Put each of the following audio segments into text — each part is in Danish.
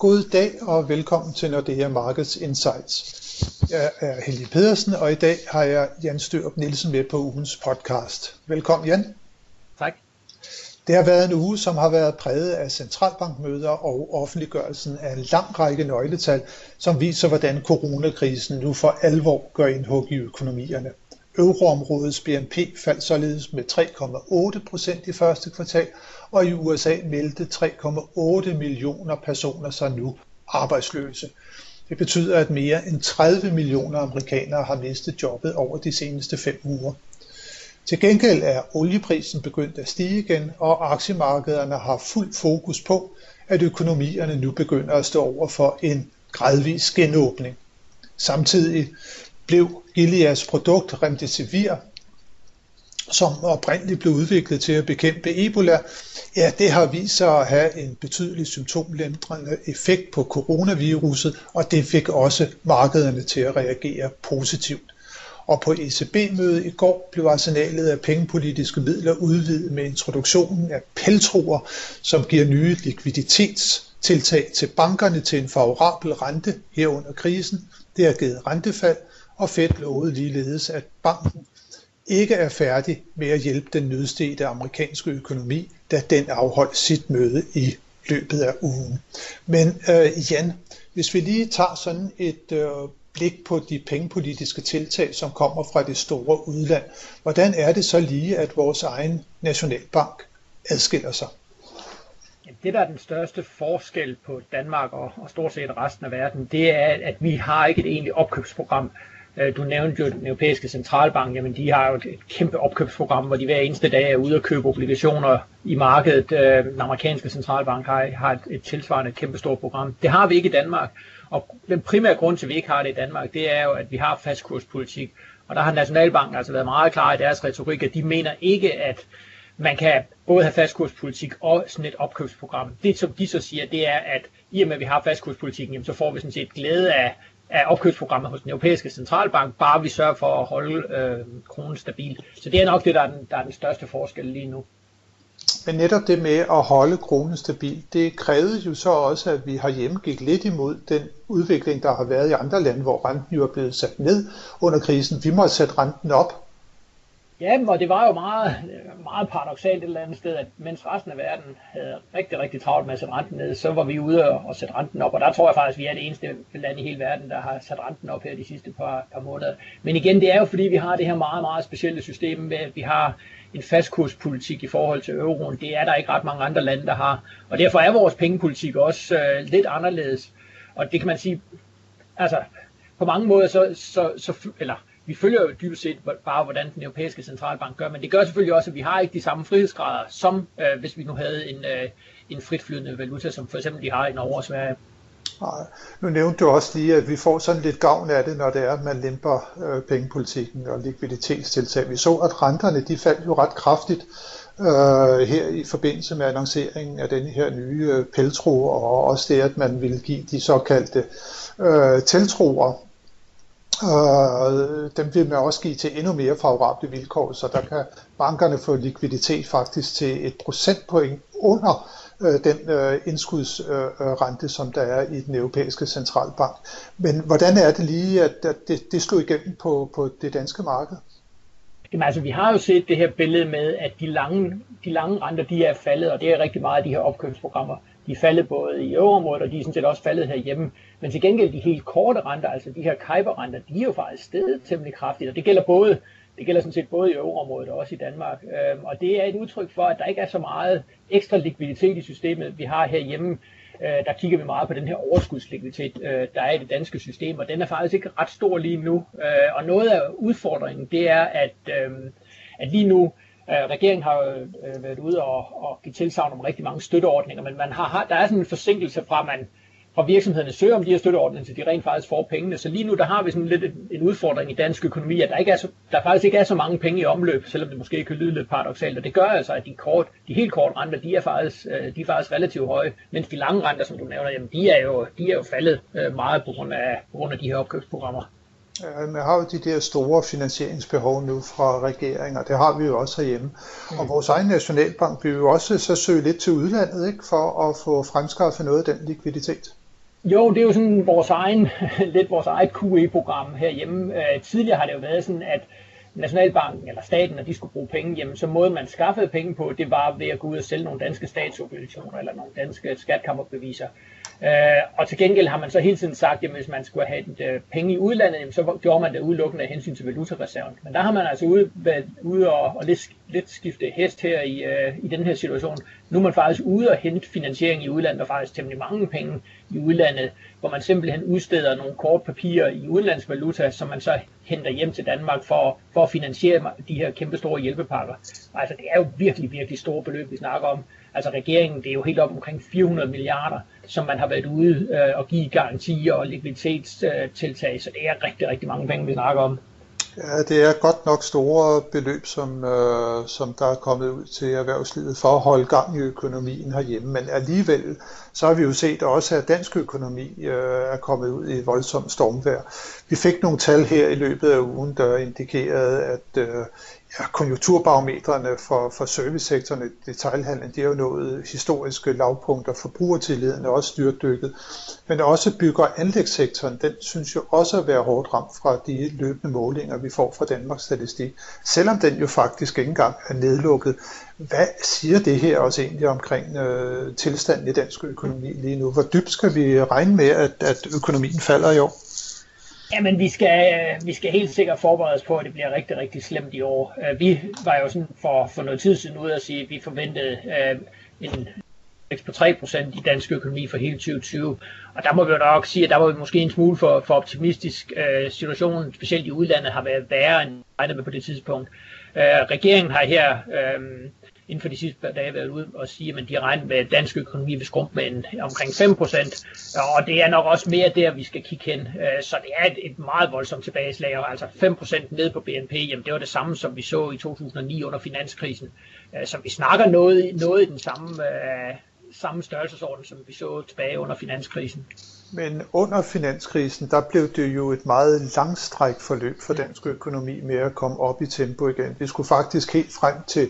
God dag og velkommen til Nordea Markets Insights. Jeg er Helge Pedersen, og i dag har jeg Jan Størup Nielsen med på ugens podcast. Velkommen, Jan. Tak. Det har været en uge, som har været præget af centralbankmøder og offentliggørelsen af en lang række nøgletal, som viser, hvordan coronakrisen nu for alvor gør indhug i økonomierne. Euroområdets BNP faldt således med 3,8% i første kvartal, og i USA meldte 3,8 millioner personer sig nu arbejdsløse. Det betyder, at mere end 30 millioner amerikanere har mistet jobbet over de seneste 5 uger. Til gengæld er olieprisen begyndt at stige igen, og aktiemarkederne har fuld fokus på, at økonomierne nu begynder at stå over for en gradvis genåbning. Samtidig blev Gileads produkt Remdesivir, som oprindeligt blev udviklet til at bekæmpe Ebola, det har vist sig at have en betydelig symptomlindrende effekt på coronaviruset, og det fik også markederne til at reagere positivt. Og på ECB-mødet i går blev arsenalet af pengepolitiske midler udvidet med introduktionen af peltroer, som giver nye likviditetstiltag til bankerne til en favorabel rente her under krisen. Det har givet rentefald, og Fed lovede ligeledes, at banken ikke er færdig med at hjælpe den nødstedte amerikanske økonomi, da den afholdt sit møde i løbet af ugen. Men Jan, hvis vi lige tager sådan et blik på de pengepolitiske tiltag, som kommer fra det store udland, hvordan er det så lige, at vores egen nationalbank adskiller sig? Det, der er den største forskel på Danmark og stort set resten af verden, det er, at vi har ikke et egentligt opkøbsprogram. Du nævnte jo den europæiske centralbank, jamen de har jo et kæmpe opkøbsprogram, hvor de hver eneste dag er ude at købe obligationer i markedet. Den amerikanske centralbank har et tilsvarende kæmpestort program. Det har vi ikke i Danmark, og den primære grund til, at vi ikke har det i Danmark, det er jo, at vi har fastkurspolitik. Og der har Nationalbanken altså været meget klar i deres retorik, at de mener ikke, at man kan både have fastkurspolitik og sådan et opkøbsprogram. Det, som de så siger, det er, at i og med, at vi har fastkurspolitikken, jamen, så får vi sådan set glæde af opkøbsprogrammet hos den europæiske centralbank, bare vi sørger for at holde kronen stabil. Så det er nok det, der er den største forskel lige nu. Men netop det med at holde kronen stabil, det krævede jo så også, at vi herhjemme gik lidt imod den udvikling, der har været i andre lande, hvor renten jo er blevet sat ned under krisen. Vi måtte sætte renten op. Ja, og det var jo meget, meget paradoksalt et eller andet sted, at mens resten af verden havde rigtig, rigtig travlt med at sætte renten ned, så var vi ude og sætte renten op. Og der tror jeg faktisk, at vi er det eneste land i hele verden, der har sat renten op her de sidste par måneder. Men igen, det er jo fordi, vi har det her meget, meget specielle system med, at vi har en fastkurspolitik i forhold til euroen. Det er der ikke ret mange andre lande, der har. Og derfor er vores pengepolitik også lidt anderledes. Og det kan man sige, altså på mange måder vi følger jo dybest set bare, hvordan den europæiske centralbank gør, men det gør selvfølgelig også, at vi har ikke de samme frihedsgrader, som hvis vi nu havde en fritflydende valuta, som for eksempel de har i Norge og Sverige. Nej. Nu nævnte du også lige, at vi får sådan lidt gavn af det, når det er, at man lemper pengepolitikken og likviditetstiltag. Vi så, at renterne de faldt jo ret kraftigt her i forbindelse med annonceringen af den her nye peltro, og også det, at man ville give de såkaldte teltroer. Dem vil man også give til endnu mere favorable vilkår, så der kan bankerne få likviditet faktisk til 1 procentpoint under den indskudsrente, som der er i den europæiske centralbank. Men hvordan er det lige, at det slog igennem på det danske marked? Jamen altså, vi har jo set det her billede med, at de lange renter, de er faldet, og det er rigtig meget af de her opkøbsprogrammer. De er faldet både i euroområdet, og de er sådan set også faldet herhjemme. Men til gengæld de helt korte renter, altså de her Kajper-renter, de er jo faktisk steget temmelig kraftigt, og det gælder sådan set både i euroområdet og også i Danmark. Og det er et udtryk for, at der ikke er så meget ekstra likviditet i systemet, vi har herhjemme. Der kigger vi meget på den her overskudslikviditet, der er i det danske system, og den er faktisk ikke ret stor lige nu. Og noget af udfordringen, det er, at lige nu, regeringen har jo været ude og give tilsagn om rigtig mange støtteordninger, men der er sådan en forsinkelse fra virksomhederne søger om de her støtteordninger, så de rent faktisk får pengene. Så lige nu, der har vi sådan lidt en udfordring i dansk økonomi, at der faktisk ikke er så mange penge i omløb, selvom det måske kan lyde lidt paradoksalt. Og det gør altså, at de helt korte renter, de er faktisk relativt høje, mens de lange renter, som du nævner, jamen, de er jo faldet meget på grund af de her opkøbsprogrammer. Man har jo de der store finansieringsbehov nu fra regeringer, det har vi jo også herhjemme. Og vores egen nationalbank vil jo også så søge lidt til udlandet, ikke, for at få fremskaffet noget af den likviditet. Jo, det er jo sådan lidt vores eget QE-program herhjemme. Tidligere har det jo været sådan, at Nationalbanken eller staten, når de skulle bruge penge, jamen, så måden man skaffede penge på, det var ved at gå ud og sælge nogle danske statsobligationer eller nogle danske skatkammerbeviser. Og til gengæld har man så hele tiden sagt, at hvis man skulle have penge i udlandet, jamen, så gjorde man det udelukkende af hensyn til valutareserven. Men der har man altså ude og lidt skifte hest her i den her situation. Nu er man faktisk ude og hente finansiering i udlandet, og faktisk temmelig mange penge i udlandet, hvor man simpelthen udsteder nogle kort papirer i udenlandsvaluta, som man så henter hjem til Danmark for at finansiere de her kæmpe store hjælpepakker. Altså det er jo virkelig, virkelig store beløb, vi snakker om. Altså regeringen, det er jo helt op omkring 400 milliarder, som man har været ude og give garantier og likviditetstiltag, så det er rigtig, rigtig mange penge, vi snakker om. Ja, det er godt nok store beløb, som der er kommet ud til erhvervslivet for at holde gang i økonomien herhjemme, men alligevel så har vi jo set også, at dansk økonomi er kommet ud i et voldsomt stormvejr. Vi fik nogle tal her i løbet af ugen, der indikerede, at konjunkturbarometrene for servicesektoren i detailhandlen, de har jo nået historiske lavpunkter. Forbrugertilliden er også styrtdykket, men også bygge- og anlægssektoren, den synes jo også at være hårdt ramt fra de løbende målinger, vi får fra Danmarks Statistik, selvom den jo faktisk ikke engang er nedlukket. Hvad siger det her også egentlig omkring tilstanden i dansk økonomi lige nu? Hvor dybt skal vi regne med, at økonomien falder i år? Jamen, vi skal helt sikkert forberede os på, at det bliver rigtig, rigtig slemt i år. Vi var jo sådan for noget tid siden ude at sige, at vi forventede en vækst på 3% i dansk økonomi for hele 2020. Og der må vi jo nok sige, at der var vi måske en smule for optimistisk. Situationen, specielt i udlandet, har været værre end regnet med på det tidspunkt. Regeringen har her inden for de sidste par dage været ude og sige, at de regner med, at dansk økonomi vil skrumpe med omkring 5%, og det er nok også mere der, vi skal kigge hen. Så det er et meget voldsomt tilbageslag, og altså 5% ned på BNP, jamen det var det samme, som vi så i 2009 under finanskrisen. Så vi snakker noget i den samme størrelsesorden, som vi så tilbage under finanskrisen. Men under finanskrisen, der blev det jo et meget langstrækt forløb for dansk økonomi med at komme op i tempo igen. Vi skulle faktisk helt frem til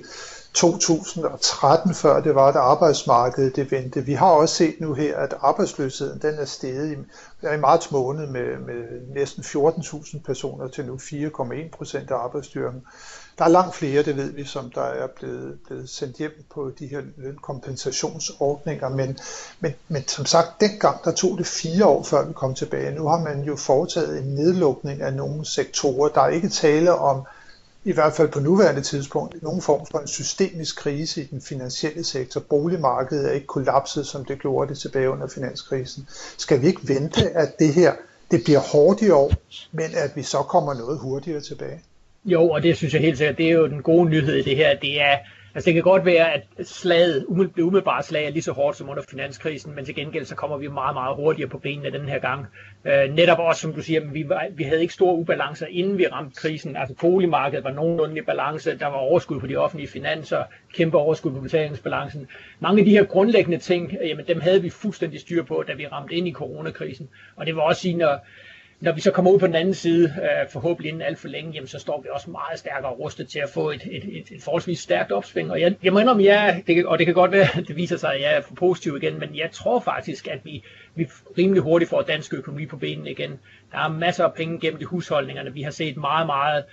2013, før det var, at arbejdsmarkedet det vendte. Vi har også set nu her, at arbejdsløsheden den er steget i marts måned med næsten 14.000 personer til nu 4,1% af arbejdsstyrken. Der er langt flere, det ved vi, som der er blevet sendt hjem på de her lønkompensationsordninger, men som sagt, dengang der tog det 4 år, før vi kom tilbage. Nu har man jo foretaget en nedlukning af nogle sektorer. Der er ikke tale om, i hvert fald på nuværende tidspunkt, nogen form for en systemisk krise i den finansielle sektor. Boligmarkedet er ikke kollapset, som det gjorde det tilbage under finanskrisen. Skal vi ikke vente, at det her det bliver hårdt i år, men at vi så kommer noget hurtigere tilbage? Jo, og det synes jeg helt sikkert, det er jo den gode nyhed i det her. Det kan godt være, at det umiddelbare slag er lige så hårdt som under finanskrisen, men til gengæld så kommer vi meget, meget hurtigere på benene den her gang. Netop også, som du siger, vi havde ikke store ubalancer, inden vi ramte krisen. Altså boligmarkedet var nogenlunde i balance, der var overskud på de offentlige finanser, kæmpe overskud på betalingsbalancen. Mange af de her grundlæggende ting, jamen dem havde vi fuldstændig styr på, da vi ramte ind i coronakrisen. Og det var også sige, når vi så kommer ud på den anden side, forhåbentlig inden alt for længe, jamen, så står vi også meget stærkere rustet til at få et forholdsvis stærkt opsving. Og jeg må indrømme, og det kan godt være, at det viser sig, at jeg er for positiv igen, men jeg tror faktisk, at vi rimelig hurtigt får dansk økonomi på benene igen. Der er masser af penge gennem de husholdningerne. Vi har set meget, meget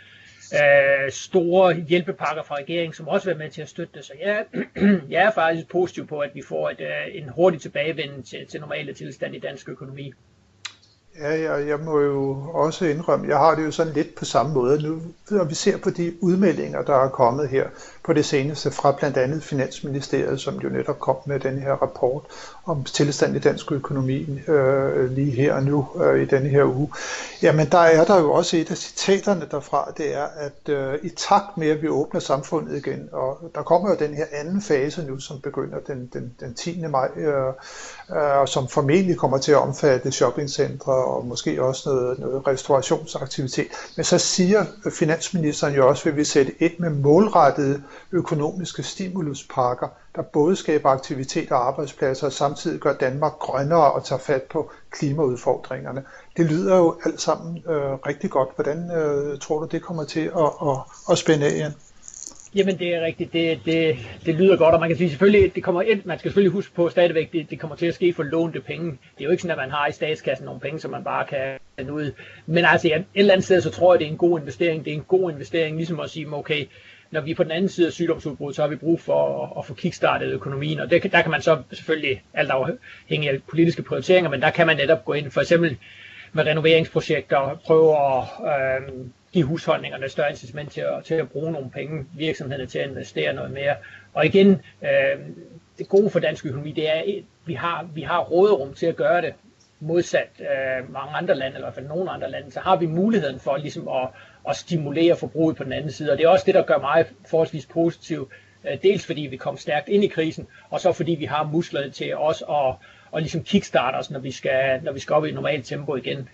store hjælpepakker fra regeringen, som også vil være med til at støtte det. Så jeg er faktisk positiv på, at vi får en hurtig tilbagevenden til normale tilstand i dansk økonomi. Ja, jeg må jo også indrømme, jeg har det jo sådan lidt på samme måde nu, når vi ser på de udmeldinger, der er kommet her på det seneste fra blandt andet Finansministeriet, som jo netop kom med den her rapport om tilstand i dansk økonomi lige her og nu i denne her uge. Jamen der er der jo også et af citaterne derfra, det er, at i takt med, at vi åbner samfundet igen, og der kommer jo den her anden fase nu, som begynder den 10. maj, og som formentlig kommer til at omfatte shoppingcentre og måske også noget restaurationsaktivitet. Men så siger finansministeren jo også, at vi vil sætte ind med målrettede økonomiske stimuluspakker, der både skaber aktivitet og arbejdspladser og samtidig gør Danmark grønnere og tager fat på klimaudfordringerne. Det lyder jo alt sammen rigtig godt. Hvordan tror du, det kommer til at spænde af igen? Jamen det er rigtigt, det lyder godt, og man kan sige selvfølgelig, man skal selvfølgelig huske på stadigvæk, det kommer til at ske for lånte penge. Det er jo ikke sådan, at man har i statskassen nogle penge, som man bare kan ud. Men altså et eller andet sted, så tror jeg, det er en god investering. Det er en god investering, ligesom at sige, okay, når vi er på den anden side af sygdomsudbrud, så har vi brug for at få kickstartet økonomien, og der kan man så selvfølgelig, alt afhængig af politiske prioriteringer, men der kan man netop gå ind, for eksempel med renoveringsprojekter, prøve at give husholdningerne større incitament til at bruge nogle penge, virksomhederne til at investere noget mere. Og igen, det gode for dansk økonomi, det er, at vi har råderum til at gøre det, modsat mange andre lande, eller i hvert fald nogle andre lande, så har vi muligheden for ligesom at stimulere forbruget på den anden side. Og det er også det, der gør mig forholdsvis positiv, dels fordi vi kom stærkt ind i krisen, og så fordi vi har musklerne til også at ligesom kickstarte os, når vi skal op i et normalt tempo igen.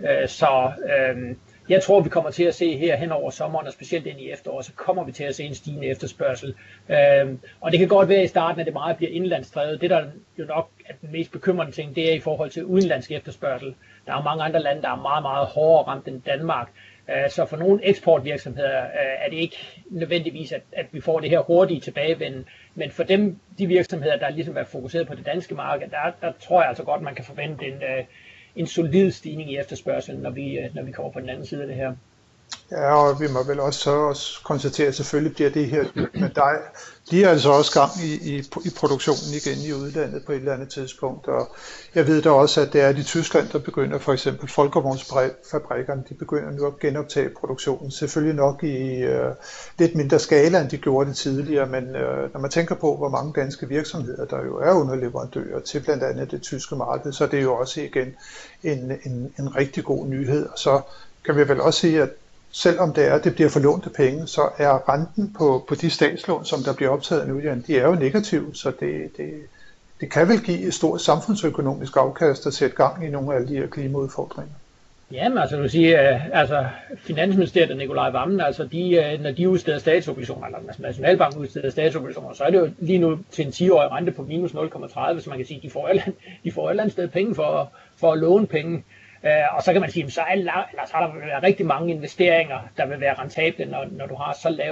Jeg tror, vi kommer til at se her hen over sommeren, og specielt ind i efteråret, så kommer vi til at se en stigende efterspørgsel. Og det kan godt være i starten, at det meget bliver indlandsdrevet. Det, der jo nok er den mest bekymrende ting, det er i forhold til udenlandsk efterspørgsel. Der er mange andre lande, der er meget, meget hårdere ramt end Danmark. Så for nogle eksportvirksomheder er det ikke nødvendigvis, at vi får det her hurtige tilbagevenden. Men for dem, de virksomheder, der ligesom er fokuseret på det danske marked, der tror jeg altså godt, man kan forvente en solid stigning i efterspørgselen, når vi kommer på den anden side af det her. Ja, og vi må vel også konstatere, at selvfølgelig bliver det her, men der bliver altså også gang i produktionen igen i udlandet på et eller andet tidspunkt, og jeg ved da også, at det er i Tyskland, der begynder for eksempel folkevognsfabrikkerne, de begynder nu at genoptage produktionen, selvfølgelig nok i lidt mindre skala, end de gjorde det tidligere, men når man tænker på, hvor mange danske virksomheder, der jo er underleverandører til blandt andet det tyske marked, så er det jo også igen en rigtig god nyhed, og så kan vi vel også sige, at selvom det bliver for lånte penge, så er renten på de statslån, som der bliver optaget nu, de er jo negative, så det kan vel give et stort samfundsøkonomisk afkast at sætte gang i nogle af alle de her klimaudfordringer. Jamen altså, du vil sige, Finansministeriet og Nikolaj Wammen, altså når de udsteder statsobligationer, eller Nationalbanken udsteder statsobligationer, så er det jo lige nu til en 10-årig rente på minus 0,30, så man kan sige, de får et eller andet sted penge for at låne penge. Og så kan man sige, så er der rigtig mange investeringer, der vil være rentable, når du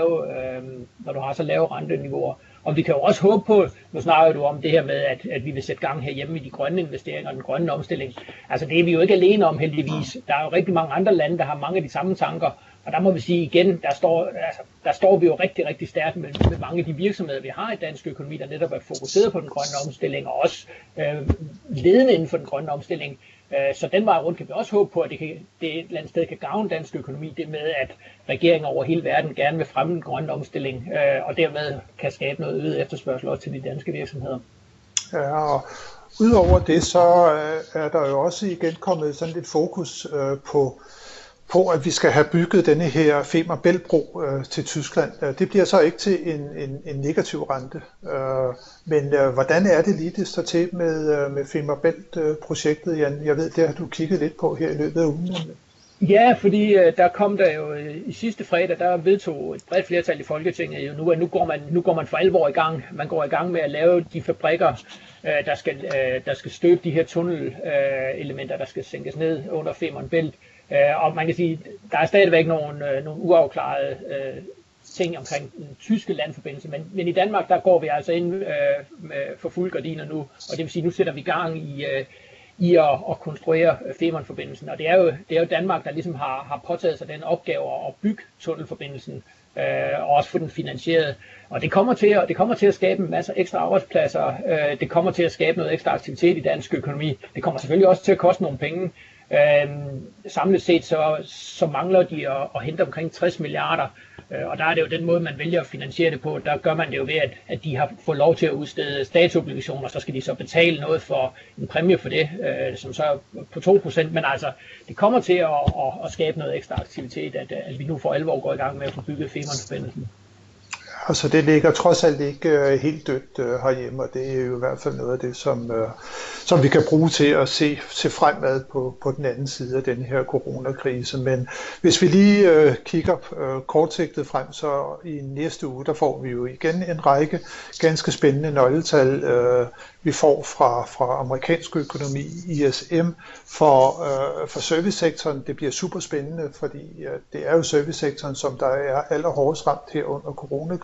har så lave renteniveauer. Og vi kan jo også håbe på, nu snakker du om det her med, at vi vil sætte gang herhjemme i de grønne investeringer og den grønne omstilling. Altså det er vi jo ikke alene om heldigvis. Der er jo rigtig mange andre lande, der har mange af de samme tanker. Og der må vi sige igen, der står vi jo rigtig, rigtig stærkt med mange af de virksomheder, vi har i dansk økonomi, der netop er fokuseret på den grønne omstilling, og også ledende inden for den grønne omstilling. Så den vej rundt kan vi også håbe på, at det et eller andet sted kan gavne dansk økonomi, det med, at regeringen over hele verden gerne vil fremme den grønne omstilling, og dermed kan skabe noget øget efterspørgsel også til de danske virksomheder. Ja, og udover det, så er der jo også igen kommet sådan lidt fokus på, at vi skal have bygget denne her Femern Bælt-bro til Tyskland. Det bliver så ikke til en negativ rente. Men hvordan er det lige, det står til med Femern Bælt-projektet, Jan? Jeg ved, det har du kigget lidt på her i løbet af ugen. Ja, fordi der kom der jo i sidste fredag, der vedtog et bredt flertal i Folketinget jo nu, at nu går man for alvor i gang. Man går i gang med at lave de fabrikker, der skal støbe de her tunnelelementer, der skal sænkes ned under Femern Bælt. Og man kan sige, der er stadigvæk nogle uafklarede ting omkring den tyske landforbindelse, men i Danmark, der går vi altså ind for fulde gardiner nu, og det vil sige, nu sætter vi i gang i at konstruere Femern-forbindelsen, og det er jo Danmark, der ligesom har påtaget sig den opgave at bygge tunnelforbindelsen, og også få den finansieret. Og det kommer til at skabe en masse ekstra arbejdspladser, det kommer til at skabe noget ekstra aktivitet i dansk økonomi, det kommer selvfølgelig også til at koste nogle penge. Samlet set så mangler de at hente omkring 60 milliarder, og der er det jo den måde, man vælger at finansiere det på. Der gør man det jo ved, at de har fået lov til at udstede statsobligationer, så skal de så betale noget for en præmie for det, som så er på 2%, men altså det kommer til at skabe noget ekstra aktivitet, at vi nu for alvor går i gang med at få bygget Femern-forbindelsen. Altså det ligger trods alt ikke helt dødt herhjemme, og det er jo i hvert fald noget af det, som vi kan bruge til at se fremad på den anden side af den her coronakrise. Men hvis vi lige kigger kortsigtet frem, så i næste uge, der får vi jo igen en række ganske spændende nøgletal. Vi får fra amerikansk økonomi, ISM, for servicesektoren. Det bliver super spændende, fordi det er jo servicesektoren, som der er allerhårdest ramt her under coronakrisen.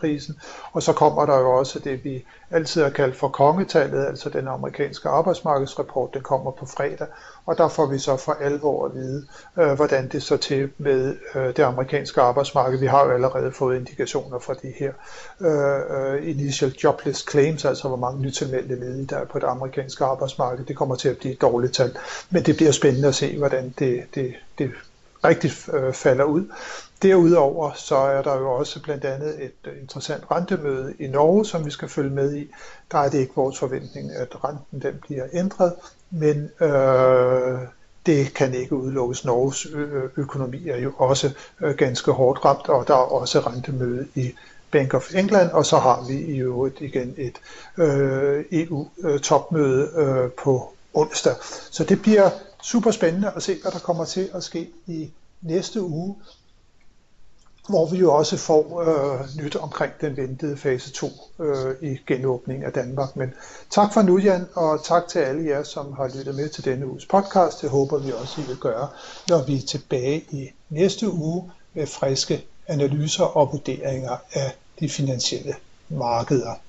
coronakrisen. Og så kommer der jo også det, vi altid har kaldt for kongetallet, altså den amerikanske arbejdsmarkedsrapport, den kommer på fredag. Og der får vi så for alvor at vide, hvordan det står til med det amerikanske arbejdsmarked. Vi har jo allerede fået indikationer fra de her initial jobless claims, altså hvor mange nytilmeldte ledige der er på det amerikanske arbejdsmarked. Det kommer til at blive et dårligt tal, men det bliver spændende at se, hvordan det rigtig falder ud. Derudover så er der jo også blandt andet et interessant rentemøde i Norge, som vi skal følge med i. Der er det ikke vores forventning, at renten den bliver ændret, men det kan ikke udelukkes. Norges økonomi er jo også ganske hårdt ramt, og der er også rentemøde i Bank of England, og så har vi i øvrigt igen et EU-topmøde på onsdag. Så det bliver super spændende at se, hvad der kommer til at ske i næste uge, hvor vi jo også får nyt omkring den ventede fase 2 i genåbning af Danmark. Men tak for nu, Jan, og tak til alle jer, som har lyttet med til denne uges podcast. Det håber vi også, I vil gøre, når vi er tilbage i næste uge med friske analyser og vurderinger af de finansielle markeder.